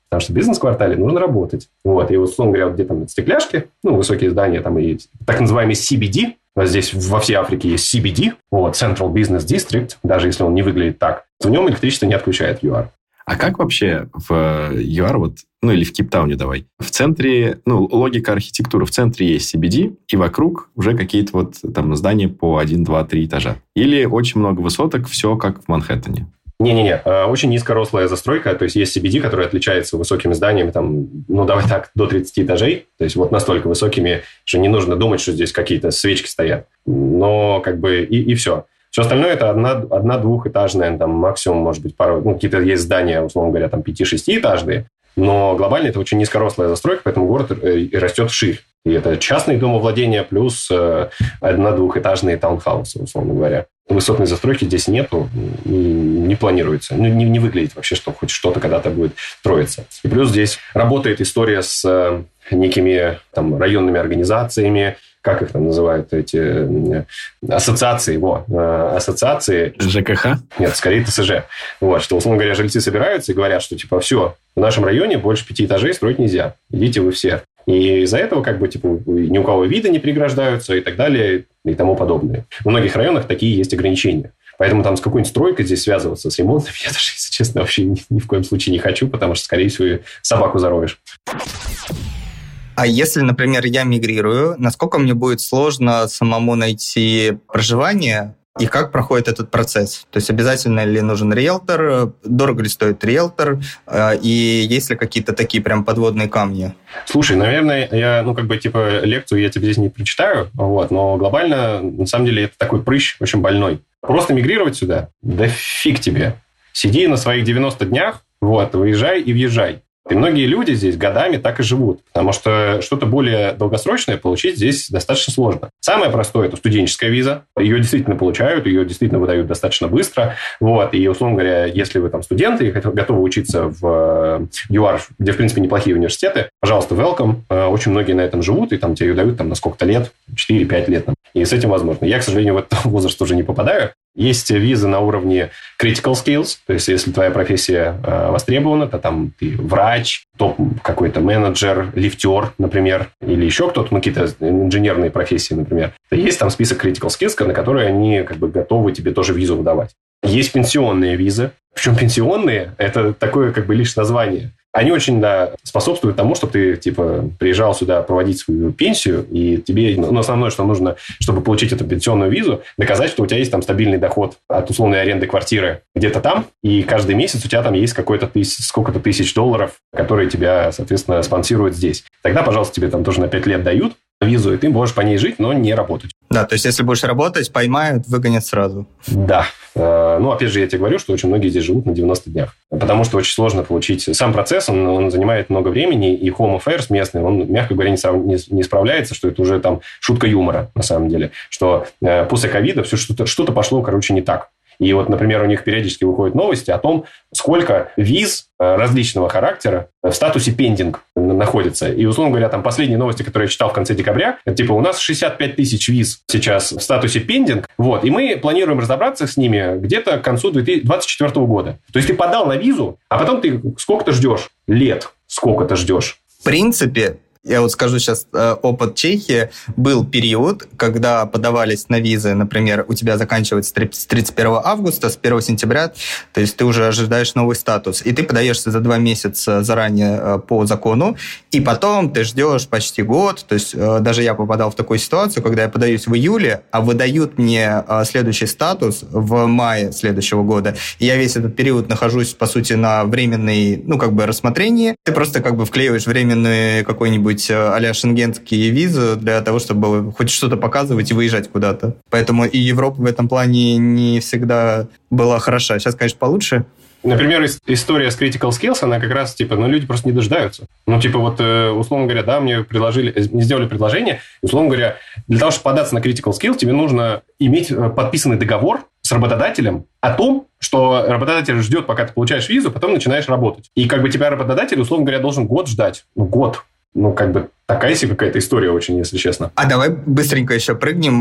Потому что в бизнес-квартале нужно работать. Вот. И, условно говоря, вот где там стекляшки, ну, высокие здания, там и так называемый си би ди. Здесь во всей Африке есть си би ди, вот, Central Business District, даже если он не выглядит так. В нем электричество не отключает ю ар. А как вообще в ю ар, вот, ну или в Кейптауне давай, в центре, ну, логика архитектуры, в центре есть си би ди, и вокруг уже какие-то вот там здания по один, два, три этажа? Или очень много высоток, все как в Манхэттене? Не-не-не, очень низкорослая застройка, то есть есть си би ди, который отличается высокими зданиями, там, ну, давай так, до тридцати этажей, то есть вот настолько высокими, что не нужно думать, что здесь какие-то свечки стоят, но как бы и, и все. Все остальное это одна, одна-двухэтажная, там максимум, может быть, пару, ну, какие-то есть здания, условно говоря, там пяти-шестиэтажные, но глобально это очень низкорослая застройка, поэтому город растет вширь. И это частные домовладения плюс одна-двухэтажные таунхаусы, условно говоря. Высотной застройки здесь нету, не планируется. Ну, не, не выглядит вообще, что хоть что-то когда-то будет строиться. И плюс здесь работает история с некими там, районными организациями, как их там называют, эти ассоциации, во, ассоциации. ЖКХ? Нет, скорее ТСЖ. Вот, что, условно говоря, жильцы собираются и говорят, что, типа, все, в нашем районе больше пяти этажей строить нельзя. Идите вы все. И из-за этого, как бы, типа, ни у кого виды не преграждаются и так далее, и тому подобное. В многих районах такие есть ограничения. Поэтому там с какой-нибудь стройкой здесь связываться с ремонтом я даже, если честно, вообще ни, ни в коем случае не хочу, потому что, скорее всего, собаку зароешь. А если, например, я мигрирую, насколько мне будет сложно самому найти проживание, и как проходит этот процесс? То есть обязательно ли нужен риэлтор, дорого ли стоит риэлтор, и есть ли какие-то такие прям подводные камни? Слушай, наверное, я, ну, как бы, типа, лекцию я тебе здесь не прочитаю, вот, но глобально, на самом деле, это такой прыщ очень больной. Просто мигрировать сюда? Да фиг тебе. Сиди на своих девяноста днях, вот, выезжай и въезжай. И многие люди здесь годами так и живут, потому что что-то более долгосрочное получить здесь достаточно сложно. Самое простое – это студенческая виза. Ее действительно получают, ее действительно выдают достаточно быстро. Вот. И, условно говоря, если вы там студенты и готовы учиться в ю ар, где, в принципе, неплохие университеты, пожалуйста, welcome. Очень многие на этом живут, и там тебе ее дают там, на сколько-то лет, четыре-пять лет. Там. И с этим возможно. Я, к сожалению, в этот возраст уже не попадаю. Есть визы на уровне critical skills, то есть если твоя профессия э, востребована, то там ты врач, топ какой-то менеджер, лифтер, например, или еще кто-то, ну, какие-то инженерные профессии, например. То есть там список critical skills, на которые они как бы готовы тебе тоже визу выдавать. Есть пенсионные визы. Причем пенсионные – это такое как бы лишь название. Они очень, да, способствуют тому, чтобы ты, типа, приезжал сюда проводить свою пенсию, и тебе, ну, основное, что нужно, чтобы получить эту пенсионную визу, доказать, что у тебя есть там стабильный доход от условной аренды квартиры где-то там, и каждый месяц у тебя там есть какой-то тысяч, сколько-то тысяч долларов, которые тебя, соответственно, спонсируют здесь. Тогда, пожалуйста, тебе там тоже на пять лет дают визу, и ты можешь по ней жить, но не работать. Да, то есть, если будешь работать, поймают, выгонят сразу. Да. Ну, опять же, я тебе говорю, что очень многие здесь живут на девяноста днях. Потому что очень сложно получить... Сам процесс, он, он занимает много времени, и Home Affairs местный, он, мягко говоря, не, срав... не, не справляется, что это уже там шутка юмора, на самом деле. Что э, после ковида все что-то, что-то пошло, короче, не так. И вот, например, у них периодически выходят новости о том, сколько виз различного характера в статусе пендинг находится. И, условно говоря, там последние новости, которые я читал в конце декабря, это типа у нас шестьдесят пять тысяч виз сейчас в статусе пендинг, вот, и мы планируем разобраться с ними где-то к концу две тысячи двадцать четвёртого года. То есть ты подал на визу, а потом ты сколько-то ждешь? Лет сколько-то ждешь. В принципе... Я вот скажу сейчас опыт Чехии. Был период, когда подавались на визы, например, у тебя заканчивается с тридцать первого августа, с первого сентября, то есть ты уже ожидаешь новый статус, и ты подаешься за два месяца заранее по закону, и потом ты ждешь почти год, то есть даже я попадал в такую ситуацию, когда я подаюсь в июле, а выдают мне следующий статус в мае следующего года, и я весь этот период нахожусь, по сути, на временной, ну, как бы рассмотрении, ты просто как бы вклеиваешь временный какой-нибудь а-ля шенгенские визы для того, чтобы хоть что-то показывать и выезжать куда-то. Поэтому и Европа в этом плане не всегда была хороша. Сейчас, конечно, получше. Например, история с critical skills, она как раз, типа, ну, люди просто не дожидаются. Ну, типа, вот, условно говоря, да, мне предложили, мне сделали предложение, условно говоря, для того, чтобы податься на critical skills, тебе нужно иметь подписанный договор с работодателем о том, что работодатель ждет, пока ты получаешь визу, потом начинаешь работать. И как бы тебя работодатель, условно говоря, должен год ждать. Ну, год. Ну, как бы такая себе какая-то история очень, если честно. А давай быстренько еще прыгнем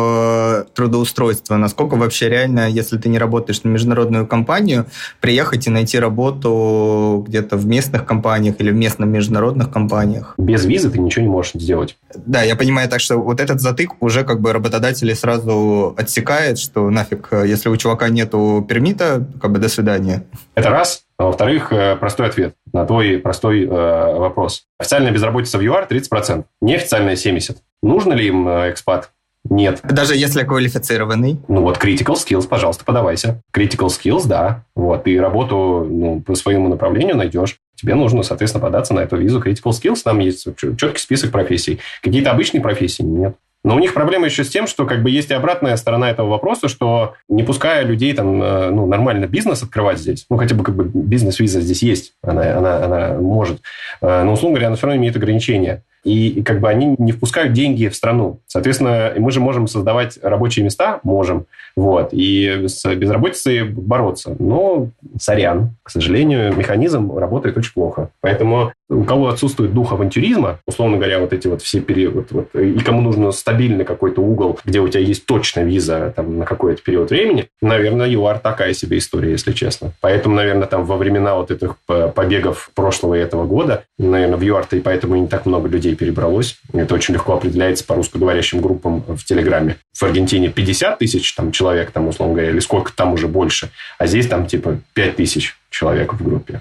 в трудоустройство. Насколько вообще реально, если ты не работаешь на международную компанию, приехать и найти работу где-то в местных компаниях или в местных международных компаниях? Без визы ты ничего не можешь сделать. Да, я понимаю, так что вот этот затык уже как бы работодатели сразу отсекает, что нафиг, если у чувака нету пермита, как бы до свидания. Это раз. А во-вторых, простой ответ на твой простой э, вопрос. Официальная безработица в ЮАР тридцать процентов, неофициальная семьдесят процентов. Нужно ли им экспат? Нет. Даже если квалифицированный? Ну вот critical skills, пожалуйста, подавайся. Critical skills, да. Вот, и работу ну, по своему направлению найдешь. Тебе нужно, соответственно, податься на эту визу critical skills. Там есть четкий список профессий. Какие-то обычные профессии нет. Но у них проблема еще с тем, что как бы есть и обратная сторона этого вопроса, что не пуская людей там, ну, нормально бизнес открывать здесь, ну, хотя бы как бы бизнес-виза здесь есть, она, она, она может, но, условно говоря, она все равно имеет ограничения. И, и как бы они не впускают деньги в страну. Соответственно, мы же можем создавать рабочие места, можем, вот, и с безработицей бороться. Но, сорян, к сожалению, механизм работает очень плохо. Поэтому у кого отсутствует дух авантюризма, условно говоря, вот эти вот все периоды, вот, и кому нужно стабильный какой-то угол, где у тебя есть точно виза там, на какой-то период времени, наверное, ЮАР такая себе история, если честно. Поэтому, наверное, там во времена вот этих побегов прошлого и этого года, наверное, в ЮАР-то и поэтому и не так много людей перебралось. Это очень легко определяется по русскоговорящим группам в Телеграме. В Аргентине пятьдесят тысяч там, человек, там, условно говоря, или сколько там уже больше. А здесь там типа пять тысяч человек в группе.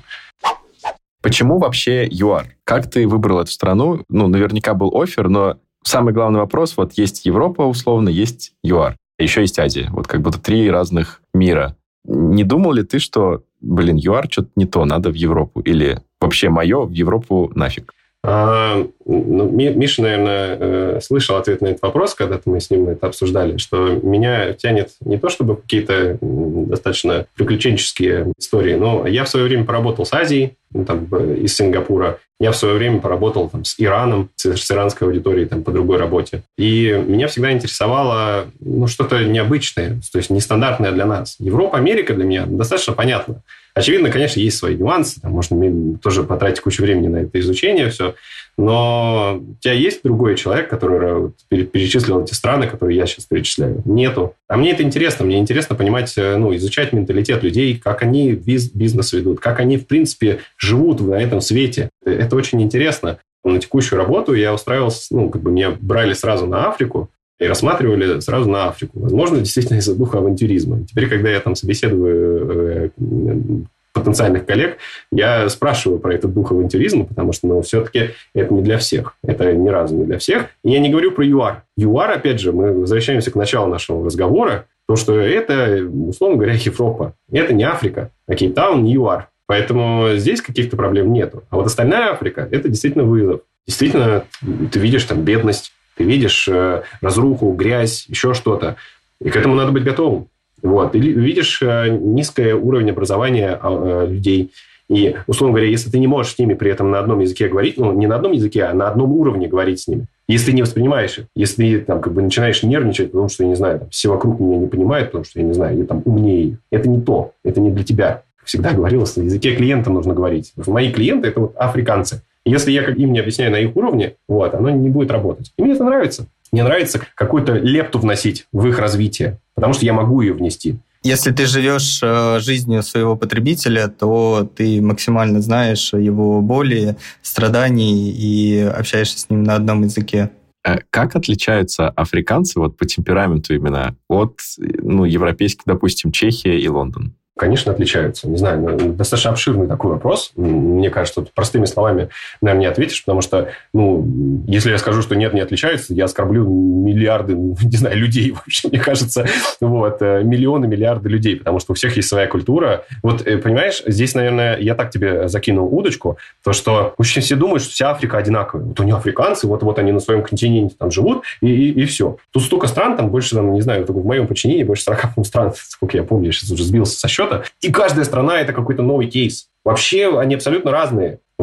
Почему вообще ЮАР? Как ты выбрал эту страну? Ну, наверняка был оффер, но самый главный вопрос, вот есть Европа условно, есть ЮАР. Еще есть Азия. Вот как будто три разных мира. Не думал ли ты, что, блин, ЮАР что-то не то, надо в Европу? Или вообще мое в Европу нафиг? А, ну, Миша, наверное, слышал ответ на этот вопрос, когда-то мы с ним это обсуждали, что меня тянет не то, чтобы какие-то достаточно приключенческие истории, но я в свое время поработал с Азией, ну, там, из Сингапура. Я в свое время поработал там, с Ираном, с, с иранской аудиторией там, по другой работе. И меня всегда интересовало ну, что-то необычное, то есть нестандартное для нас. Европа, Америка для меня достаточно понятно. Очевидно, конечно, есть свои нюансы. Там можно тоже потратить кучу времени на это изучение, все. Но у тебя есть другой человек, который перечислил эти страны, которые я сейчас перечисляю? Нету. А мне это интересно. Мне интересно понимать, ну, изучать менталитет людей, как они бизнес ведут, как они, в принципе, живут на этом свете. Это очень интересно. На текущую работу я устраивался, ну, как бы меня брали сразу на Африку и рассматривали сразу на Африку. Возможно, действительно из-за духа авантюризма. Теперь, когда я там собеседую потенциальных коллег, я спрашиваю про этот дух авантюризма, потому что, ну, все-таки это не для всех. Это ни разу не для всех. И я не говорю про ЮАР. ЮАР, опять же, мы возвращаемся к началу нашего разговора, то, что это, условно говоря, Европа. Это не Африка, а Кейптаун, не ЮАР. Поэтому здесь каких-то проблем нету. А вот остальная Африка – это действительно вызов. Действительно, ты видишь там бедность, ты видишь э, разруху, грязь, еще что-то. И к этому надо быть готовым. Вот. Ты видишь э, низкий уровень образования э, людей. И, условно говоря, если ты не можешь с ними при этом на одном языке говорить, ну, не на одном языке, а на одном уровне говорить с ними, если ты не воспринимаешь их, если ты там, как бы, начинаешь нервничать, потому что, я не знаю, там, все вокруг меня не понимают, потому что, я не знаю, я там умнее, это не то, это не для тебя. Всегда говорилось, на языке клиента нужно говорить. Мои клиенты – это вот африканцы. Если я им не объясняю на их уровне, вот, оно не будет работать. И мне это нравится. Мне нравится какую-то лепту вносить в их развитие, потому что я могу ее внести. Если ты живешь жизнью своего потребителя, то ты максимально знаешь его боли, страданий и общаешься с ним на одном языке. Как отличаются африканцы вот по темпераменту именно от ну, европейских, допустим, Чехия и Лондон? Конечно, отличаются. Не знаю, достаточно обширный такой вопрос. Мне кажется, тут простыми словами, наверное, не ответишь, потому что, ну, если я скажу, что нет, не отличаются, я оскорблю миллиарды, не знаю, людей вообще, мне кажется, вот, миллионы, миллиарды людей, потому что у всех есть своя культура. Вот, понимаешь, здесь, наверное, я так тебе закинул удочку, то, что очень все думают, что вся Африка одинаковая. Вот они африканцы, вот-вот они на своем континенте там живут, и, и, и все. Тут столько стран, там больше, там, не знаю, только в моем подчинении больше сорок стран, сколько я помню, я сейчас уже сбился со счета. И каждая страна – это какой-то новый кейс. Вообще они абсолютно разные. У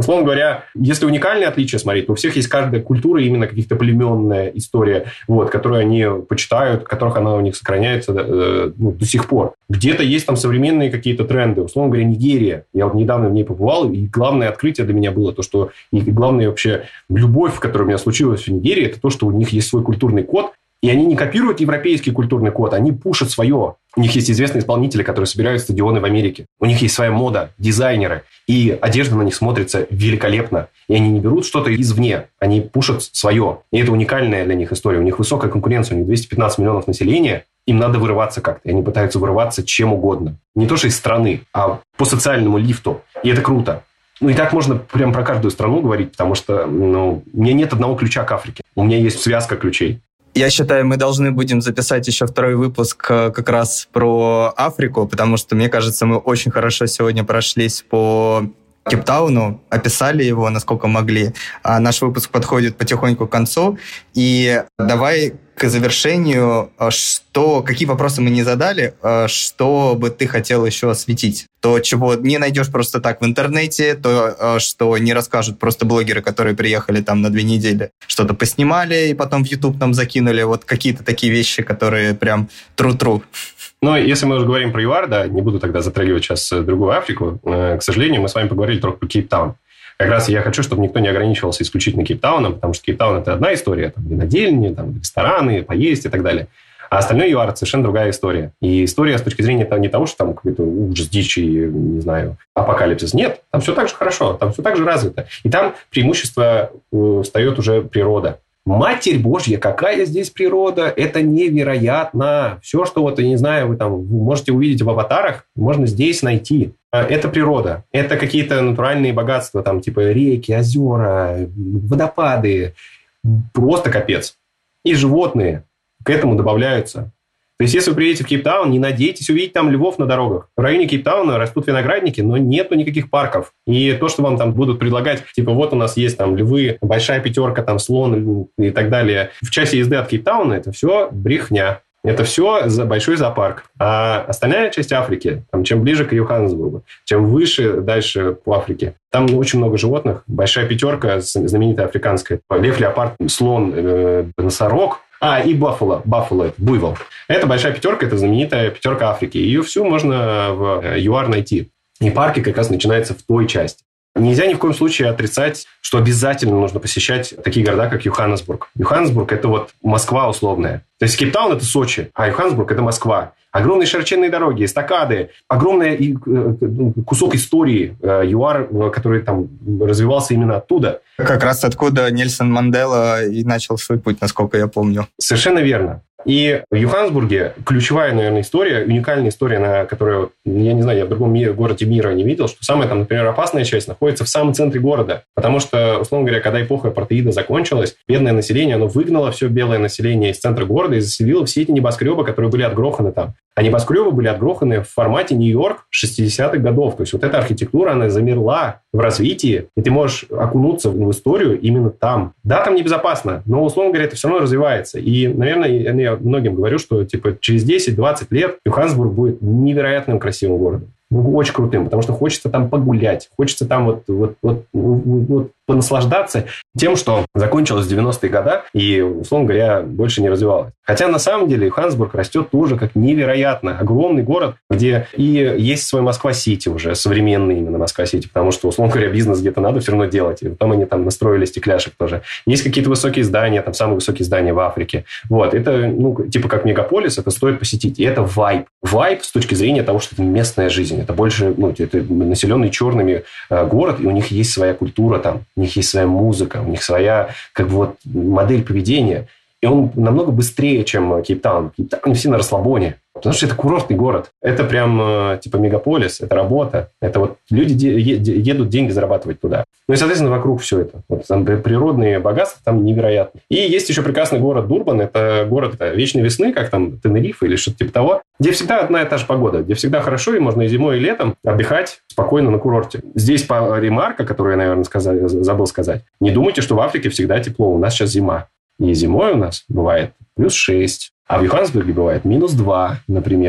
Условно говоря, если уникальные отличия смотреть, то у всех есть каждая культура именно каких-то племенная история, вот, которую они почитают, которых она у них сохраняется э, ну, до сих пор. Где-то есть там современные какие-то тренды. Условно говоря, Нигерия. Я вот недавно в ней побывал, и главное открытие для меня было то, что... И главное вообще любовь, которая у меня случилась в Нигерии, это то, что у них есть свой культурный код, и они не копируют европейский культурный код, они пушат свое. У них есть известные исполнители, которые собирают стадионы в Америке. У них есть своя мода, дизайнеры. И одежда на них смотрится великолепно. И они не берут что-то извне. Они пушат свое. И это уникальная для них история. У них высокая конкуренция. У них двести пятнадцать миллионов населения. Им надо вырываться как-то. И они пытаются вырываться чем угодно. Не то, что из страны, а по социальному лифту. И это круто. Ну, и так можно прям про каждую страну говорить, потому что ну, у меня нет одного ключа к Африке. У меня есть связка ключей. Я считаю, мы должны будем записать еще второй выпуск как раз про Африку, потому что, мне кажется, мы очень хорошо сегодня прошлись по Кейптауну, описали его, насколько могли. А наш выпуск подходит потихоньку к концу. И давай к завершению, что, какие вопросы мы не задали, что бы ты хотел еще осветить? То, чего не найдешь просто так в интернете, то, что не расскажут просто блогеры, которые приехали там на две недели, что-то поснимали и потом в YouTube нам закинули. Вот какие-то такие вещи, которые прям тру-тру. Ну, если мы уже говорим про ЮАР, да, не буду тогда затрагивать сейчас другую Африку. К сожалению, мы с вами поговорили только про Кейптаун. Как раз я хочу, чтобы никто не ограничивался исключительно Кейптауном, потому что Кейптаун – это одна история, там, винодельни, там, рестораны, поесть и так далее. А остальной ЮАР – это совершенно другая история. И история с точки зрения не того, что там какой-то ужас, дичь и, не знаю, апокалипсис. Нет, там все так же хорошо, там все так же развито. И там преимущество встает уже природа. Матерь Божья, какая здесь природа, это невероятно. Все, что вот, я не знаю, вы там можете увидеть в аватарах, можно здесь найти. Это природа, это какие-то натуральные богатства, там типа реки, озера, водопады, просто капец. И животные к этому добавляются. То есть, если вы приедете в Кейптаун, не надейтесь увидеть там львов на дорогах. В районе Кейптауна растут виноградники, но нету никаких парков. И то, что вам там будут предлагать, типа, вот у нас есть там львы, большая пятерка, там слон и так далее. В часе езды от Кейптауна это все брехня. Это все за большой зоопарк. А остальная часть Африки, там, чем ближе к Йоханнесбургу, чем выше дальше по Африке, там очень много животных. Большая пятерка, знаменитая африканская. Лев, леопард, слон, э, носорог. А, и баффало. Баффало – это буйвол. Это большая пятерка, это знаменитая пятерка Африки. Ее всю можно в ЮАР найти. И парки как раз начинаются в той части. Нельзя ни в коем случае отрицать, что обязательно нужно посещать такие города, как Йоханнесбург. Йоханнесбург – это вот Москва условная. То есть Кейптаун – это Сочи, а Йоханнесбург – это Москва. Огромные широченные дороги, эстакады, огромный кусок истории ЮАР, который там развивался именно оттуда. Как раз откуда Нельсон Мандела и начал свой путь, насколько я помню. Совершенно верно. И в Йоханнесбурге ключевая, наверное, история, уникальная история, на которую, я не знаю, я в другом мире, городе мира не видел, что самая, там, например, опасная часть находится в самом центре города. Потому что, условно говоря, когда эпоха апартеида закончилась, бедное население, оно выгнало все белое население из центра города и заселило все эти небоскребы, которые были отгроханы там. А небоскребы были отгроханы в формате Нью-Йорк шестидесятых годов. То есть вот эта архитектура, она замерла в развитии, и ты можешь окунуться в историю именно там. Да, там небезопасно, но, условно говоря, это все равно развивается. И, наверное, я многим говорю, что типа через десять-двадцать лет Йоханнесбург будет невероятным красивым городом. Очень крутым, потому что хочется там погулять, хочется там вот, вот, вот, вот понаслаждаться тем, что закончилось в девяностые годы и, условно говоря, больше не развивалось. Хотя, на самом деле, Йоханнесбург растет тоже как невероятно огромный город, где и есть свой Москва-Сити уже, современный именно Москва-Сити, потому что, условно говоря, бизнес где-то надо все равно делать. И потом они там настроили стекляшек тоже. Есть какие-то высокие здания, там самые высокие здания в Африке. Вот, это, ну, типа как мегаполис, это стоит посетить. И это вайб. Вайб с точки зрения того, что это местная жизнь. Это больше, ну, это населенный черными э, город, и у них есть своя культура там, у них есть своя музыка, у них своя, как бы, вот, модель поведения. И он намного быстрее, чем Кейптаун. Кейптаун все на расслабоне. Потому что это курортный город. Это прям типа мегаполис, это работа. Это вот люди едут деньги зарабатывать туда. Ну и, соответственно, вокруг все это. Вот там природные богатства там невероятны. И есть еще прекрасный город Дурбан. Это город это вечной весны, как там Тенерифе или что-то типа того, где всегда одна и та же погода, где всегда хорошо, и можно и зимой, и летом отдыхать спокойно на курорте. Здесь по ремарка, которую я, наверное, сказал, забыл сказать. Не думайте, что в Африке всегда тепло. У нас сейчас зима. И зимой у нас бывает плюс шесть. А в Йоханнесбурге бывает минус два, например.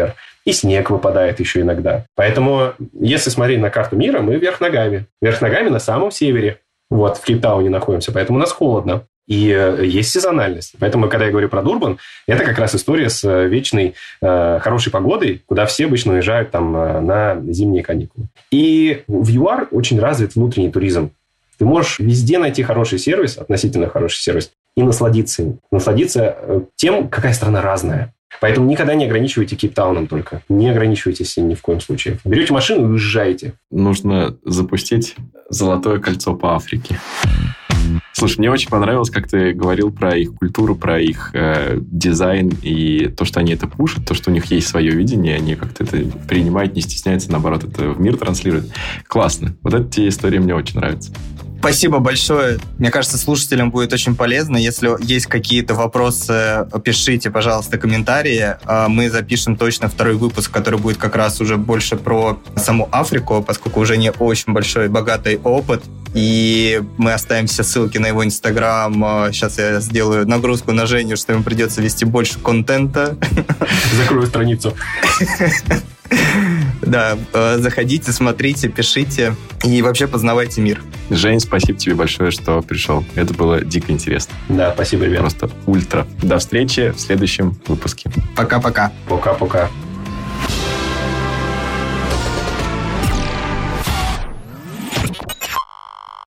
и снег выпадает еще иногда. Поэтому, если смотреть на карту мира, мы вверх ногами. Вверх ногами на самом севере. Вот, в Кейптауне находимся, поэтому у нас холодно. И э, есть сезональность. Поэтому, когда я говорю про Дурбан, это как раз история с э, вечной э, хорошей погодой, куда все обычно уезжают там, э, на зимние каникулы. И в ЮАР очень развит внутренний туризм. Ты можешь везде найти хороший сервис, относительно хороший сервис, и насладиться им. Насладиться э, тем, какая страна разная. Поэтому никогда не ограничивайте Кейптауном только. Не ограничивайтесь ни в коем случае. Берете машину и уезжаете. Нужно запустить золотое кольцо по Африке. Слушай, мне очень понравилось, как ты говорил про их культуру, про их э, дизайн и то, что они это пушат, то, что у них есть свое видение, они как-то это принимают, не стесняются, наоборот, это в мир транслируют. Классно. Вот эти истории мне очень нравятся. Спасибо большое. Мне кажется, слушателям будет очень полезно. Если есть какие-то вопросы, пишите, пожалуйста, комментарии. Мы запишем точно второй выпуск, который будет как раз уже больше про саму Африку, поскольку уже не очень большой, богатый опыт. И мы оставим все ссылки на его Инстаграм. Сейчас я сделаю нагрузку на Женю, что ему придется вести больше контента. Закрою страницу. Да, заходите, смотрите, пишите и вообще познавайте мир. Жень, спасибо тебе большое, что пришел. Это было дико интересно. Да, спасибо, ребят. Просто ультра. До встречи в следующем выпуске. Пока-пока. Пока-пока.